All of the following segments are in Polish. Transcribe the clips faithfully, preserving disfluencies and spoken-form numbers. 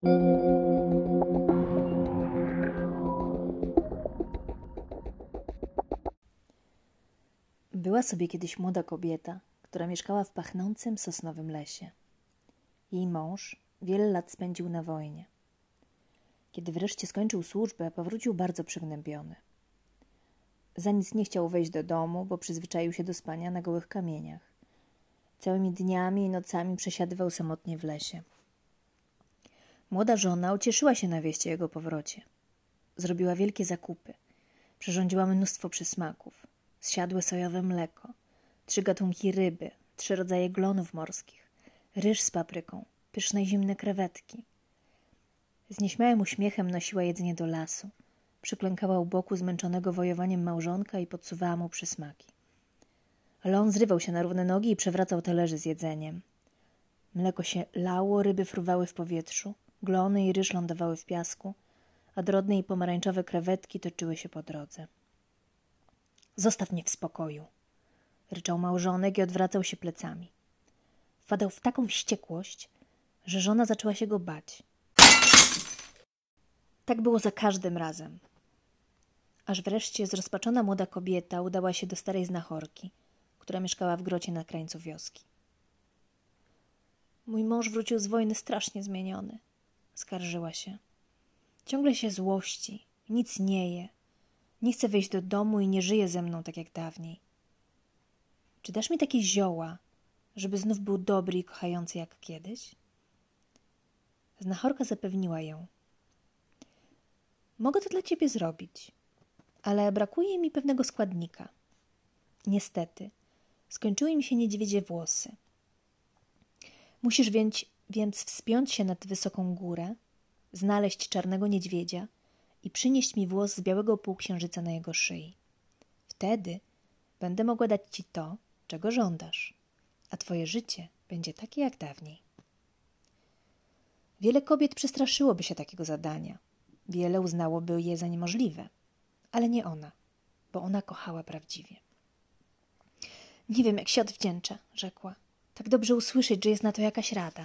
Była sobie kiedyś młoda kobieta, która mieszkała w pachnącym sosnowym lesie. Jej mąż wiele lat spędził na wojnie. Kiedy wreszcie skończył służbę, powrócił bardzo przygnębiony. Za nic nie chciał wejść do domu, bo przyzwyczaił się do spania na gołych kamieniach. Całymi dniami i nocami przesiadywał samotnie w lesie. Młoda żona ucieszyła się na wieści o jego powrocie. Zrobiła wielkie zakupy. Przyrządziła mnóstwo przysmaków. Zsiadłe sojowe mleko, trzy gatunki ryby, trzy rodzaje glonów morskich, ryż z papryką, pyszne zimne krewetki. Z nieśmiałym uśmiechem nosiła jedzenie do lasu. Przyklękała u boku zmęczonego wojowaniem małżonka i podsuwała mu przysmaki. Ale on zrywał się na równe nogi i przewracał talerze z jedzeniem. Mleko się lało, ryby fruwały w powietrzu, glony i ryż lądowały w piasku, a drobne i pomarańczowe krewetki toczyły się po drodze. Zostaw mnie w spokoju, ryczał małżonek i odwracał się plecami. Wpadał w taką wściekłość, że żona zaczęła się go bać. Tak było za każdym razem. Aż wreszcie zrozpaczona młoda kobieta udała się do starej znachorki, która mieszkała w grocie na krańcu wioski. Mój mąż wrócił z wojny strasznie zmieniony, skarżyła się. Ciągle się złości, nic nie je. Nie chce wejść do domu i nie żyje ze mną tak jak dawniej. Czy dasz mi takie zioła, żeby znów był dobry i kochający jak kiedyś? Znachorka zapewniła ją. Mogę to dla ciebie zrobić, ale brakuje mi pewnego składnika. Niestety, skończyły mi się niedźwiedzie włosy. Musisz więc, więc wspiąć się nad wysoką górę, znaleźć czarnego niedźwiedzia i przynieść mi włos z białego półksiężyca na jego szyi. Wtedy będę mogła dać ci to, czego żądasz, a twoje życie będzie takie jak dawniej. Wiele kobiet przestraszyłoby się takiego zadania. Wiele uznałoby je za niemożliwe, ale nie ona, bo ona kochała prawdziwie. Nie wiem, jak się odwdzięczę, rzekła. Tak dobrze usłyszeć, że jest na to jakaś rada.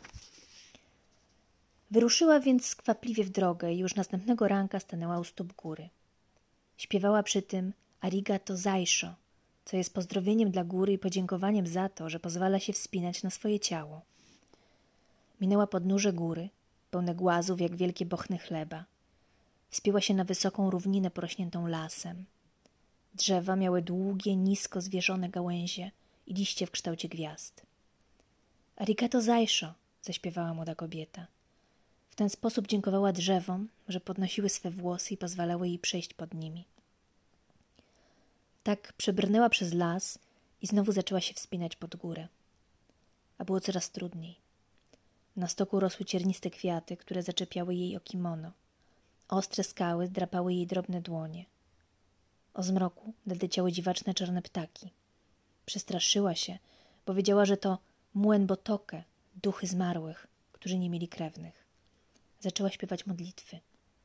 Wyruszyła więc skwapliwie w drogę i już następnego ranka stanęła u stóp góry. Śpiewała przy tym arigato zaisho, co jest pozdrowieniem dla góry i podziękowaniem za to, że pozwala się wspinać na swoje ciało. Minęła podnóże góry, pełne głazów jak wielkie bochny chleba. Wspięła się na wysoką równinę porośniętą lasem. Drzewa miały długie, nisko zwieszone gałęzie i liście w kształcie gwiazd. Arigato zaisho, zaśpiewała młoda kobieta. W ten sposób dziękowała drzewom, że podnosiły swe włosy i pozwalały jej przejść pod nimi. Tak przebrnęła przez las i znowu zaczęła się wspinać pod górę. A było coraz trudniej. Na stoku rosły cierniste kwiaty, które zaczepiały jej o kimono. Ostre skały drapały jej drobne dłonie. O zmroku nadleciały dziwaczne czarne ptaki. Przestraszyła się, bo wiedziała, że to muen botoke, duchy zmarłych, którzy nie mieli krewnych. Zaczęła śpiewać modlitwy.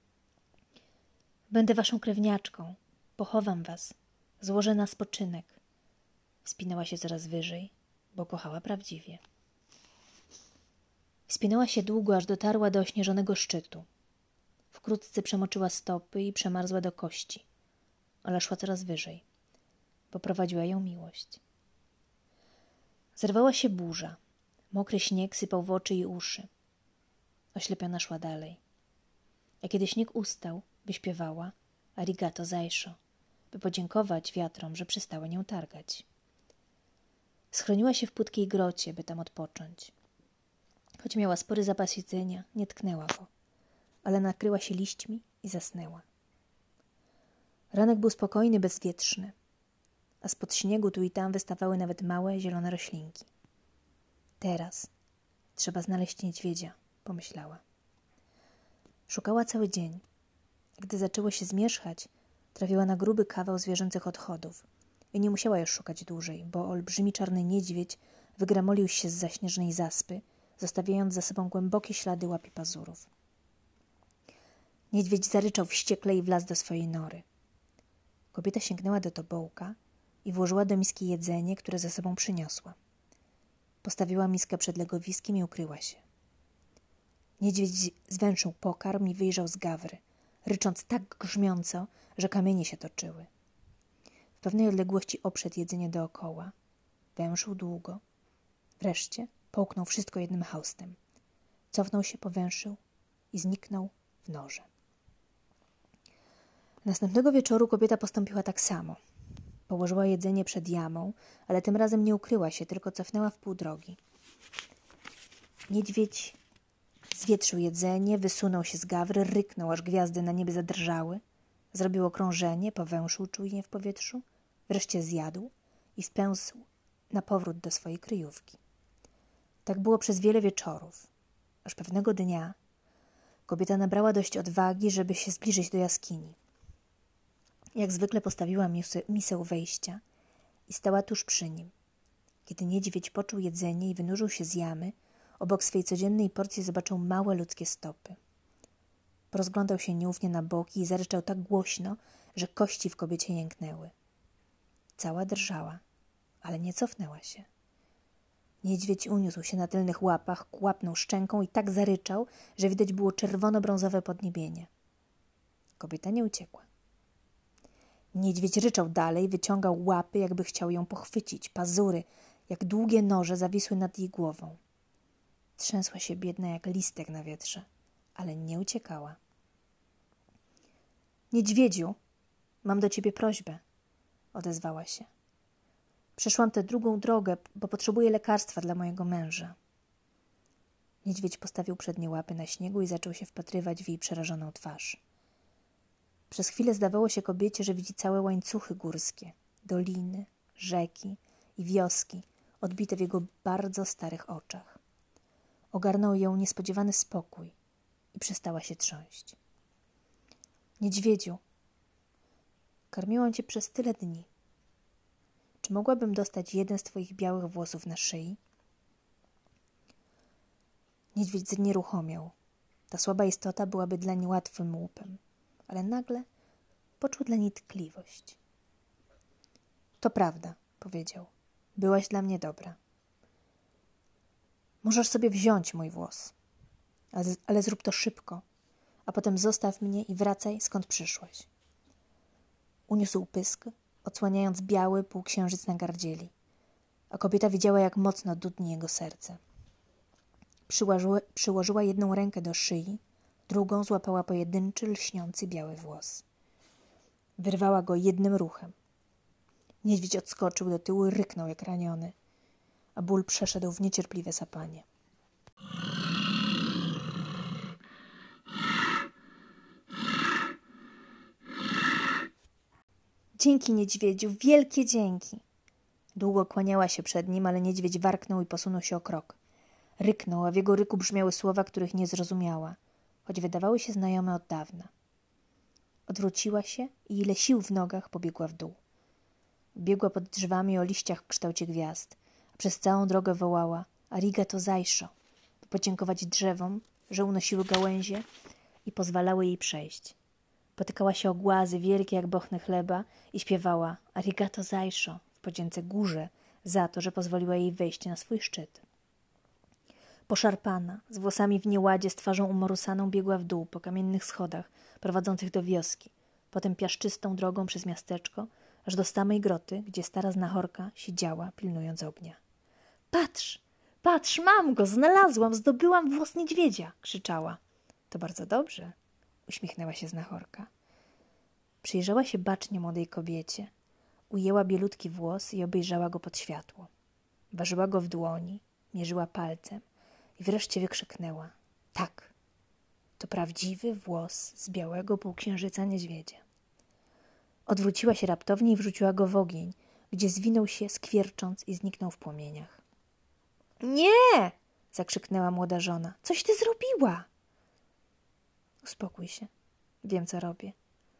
Będę waszą krewniaczką, pochowam was, złożę na spoczynek. Wspinała się coraz wyżej, bo kochała prawdziwie. Wspinała się długo, aż dotarła do ośnieżonego szczytu. Wkrótce przemoczyła stopy i przemarzła do kości, ale szła coraz wyżej. Poprowadziła ją miłość. Zerwała się burza. Mokry śnieg sypał w oczy i uszy. Oślepiona szła dalej. A kiedy śnieg ustał, wyśpiewała arigato zaisho, by podziękować wiatrom, że przestały nią targać. Schroniła się w płytkiej grocie, by tam odpocząć. Choć miała spory zapas jedzenia, nie tknęła go, ale nakryła się liśćmi i zasnęła. Ranek był spokojny, bezwietrzny, a spod śniegu tu i tam wystawały nawet małe, zielone roślinki. Teraz trzeba znaleźć niedźwiedzia, pomyślała. Szukała cały dzień. Gdy zaczęło się zmierzchać, trafiła na gruby kawał zwierzęcych odchodów i nie musiała już szukać dłużej, bo olbrzymi czarny niedźwiedź wygramolił się z zaśnieżnej zaspy, zostawiając za sobą głębokie ślady łap i pazurów. Niedźwiedź zaryczał wściekle i wlazł do swojej nory. Kobieta sięgnęła do tobołka i włożyła do miski jedzenie, które ze sobą przyniosła. Postawiła miskę przed legowiskiem i ukryła się. Niedźwiedź zwęszył pokarm i wyjrzał z gawry, rycząc tak grzmiąco, że kamienie się toczyły. W pewnej odległości oprzedł jedzenie dookoła. Węszył długo. Wreszcie połknął wszystko jednym haustem. Cofnął się, powęszył i zniknął w norze. Następnego wieczoru kobieta postąpiła tak samo. Położyła jedzenie przed jamą, ale tym razem nie ukryła się, tylko cofnęła w pół drogi. Niedźwiedź zwietrzył jedzenie, wysunął się z gawry, ryknął, aż gwiazdy na niebie zadrżały. Zrobił okrążenie, powęszył czujnie w powietrzu, wreszcie zjadł i spęsł na powrót do swojej kryjówki. Tak było przez wiele wieczorów, aż pewnego dnia kobieta nabrała dość odwagi, żeby się zbliżyć do jaskini. Jak zwykle postawiła misę, misę u wejścia i stała tuż przy nim. Kiedy niedźwiedź poczuł jedzenie i wynurzył się z jamy, obok swej codziennej porcji zobaczył małe ludzkie stopy. Rozglądał się nieufnie na boki i zaryczał tak głośno, że kości w kobiecie jęknęły. Cała drżała, ale nie cofnęła się. Niedźwiedź uniósł się na tylnych łapach, kłapnął szczęką i tak zaryczał, że widać było czerwono-brązowe podniebienie. Kobieta nie uciekła. Niedźwiedź ryczał dalej, wyciągał łapy, jakby chciał ją pochwycić. Pazury, jak długie noże, zawisły nad jej głową. Trzęsła się biedna jak listek na wietrze, ale nie uciekała. Niedźwiedziu, mam do ciebie prośbę, odezwała się. Przeszłam tę drugą drogę, bo potrzebuję lekarstwa dla mojego męża. Niedźwiedź postawił przednie łapy na śniegu i zaczął się wpatrywać w jej przerażoną twarz. Przez chwilę zdawało się kobiecie, że widzi całe łańcuchy górskie, doliny, rzeki i wioski, odbite w jego bardzo starych oczach. Ogarnął ją niespodziewany spokój i przestała się trząść. Niedźwiedziu, karmiłam cię przez tyle dni. Czy mogłabym dostać jeden z twoich białych włosów na szyi? Niedźwiedź znieruchomiał. Ta słaba istota byłaby dlań łatwym łupem, ale nagle poczuł dla niej tkliwość. To prawda, powiedział. Byłaś dla mnie dobra. Możesz sobie wziąć mój włos, ale, ale zrób to szybko, a potem zostaw mnie i wracaj, skąd przyszłaś. Uniósł pysk, odsłaniając biały półksiężyc na gardzieli, a kobieta widziała, jak mocno dudni jego serce. Przyłożyła, przyłożyła jedną rękę do szyi, drugą złapała pojedynczy, lśniący biały włos. Wyrwała go jednym ruchem. Niedźwiedź odskoczył do tyłu i ryknął jak raniony, a ból przeszedł w niecierpliwe sapanie. Dzięki, niedźwiedziu, wielkie dzięki! Długo kłaniała się przed nim, ale niedźwiedź warknął i posunął się o krok. Ryknął, a w jego ryku brzmiały słowa, których nie zrozumiała, choć wydawały się znajome od dawna. Odwróciła się i ile sił w nogach pobiegła w dół. Biegła pod drzewami o liściach w kształcie gwiazd, a przez całą drogę wołała arigato zaisho, by podziękować drzewom, że unosiły gałęzie i pozwalały jej przejść. Potykała się o głazy wielkie jak bochny chleba i śpiewała arigato zaisho w podzięce górze za to, że pozwoliła jej wejść na swój szczyt. Poszarpana, z włosami w nieładzie, z twarzą umorusaną, biegła w dół po kamiennych schodach prowadzących do wioski, potem piaszczystą drogą przez miasteczko, aż do samej groty, gdzie stara znachorka siedziała, pilnując ognia. — Patrz, patrz, mam go, znalazłam, zdobyłam włos niedźwiedzia! — krzyczała. — To bardzo dobrze — uśmiechnęła się znachorka. Przyjrzała się bacznie młodej kobiecie, ujęła bielutki włos i obejrzała go pod światło. Ważyła go w dłoni, mierzyła palcem i wreszcie wykrzyknęła — tak, to prawdziwy włos z białego półksiężyca niedźwiedzia. Odwróciła się raptownie i wrzuciła go w ogień, gdzie zwinął się, skwiercząc i zniknął w płomieniach. — Nie! — zakrzyknęła młoda żona. — Coś ty zrobiła! — Uspokój się. Wiem, co robię.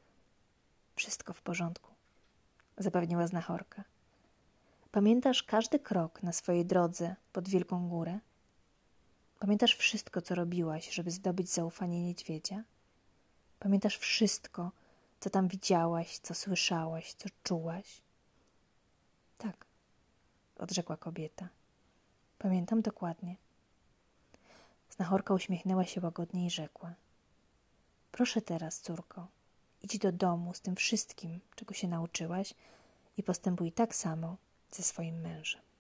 — Wszystko w porządku — zapewniła znachorka. — Pamiętasz każdy krok na swojej drodze pod Wielką Górę? Pamiętasz wszystko, co robiłaś, żeby zdobyć zaufanie niedźwiedzia? Pamiętasz wszystko, co tam widziałaś, co słyszałaś, co czułaś? — Tak — odrzekła kobieta. — Pamiętam dokładnie. Znachorka uśmiechnęła się łagodnie i rzekła: proszę teraz, córko, idź do domu z tym wszystkim, czego się nauczyłaś i postępuj tak samo ze swoim mężem.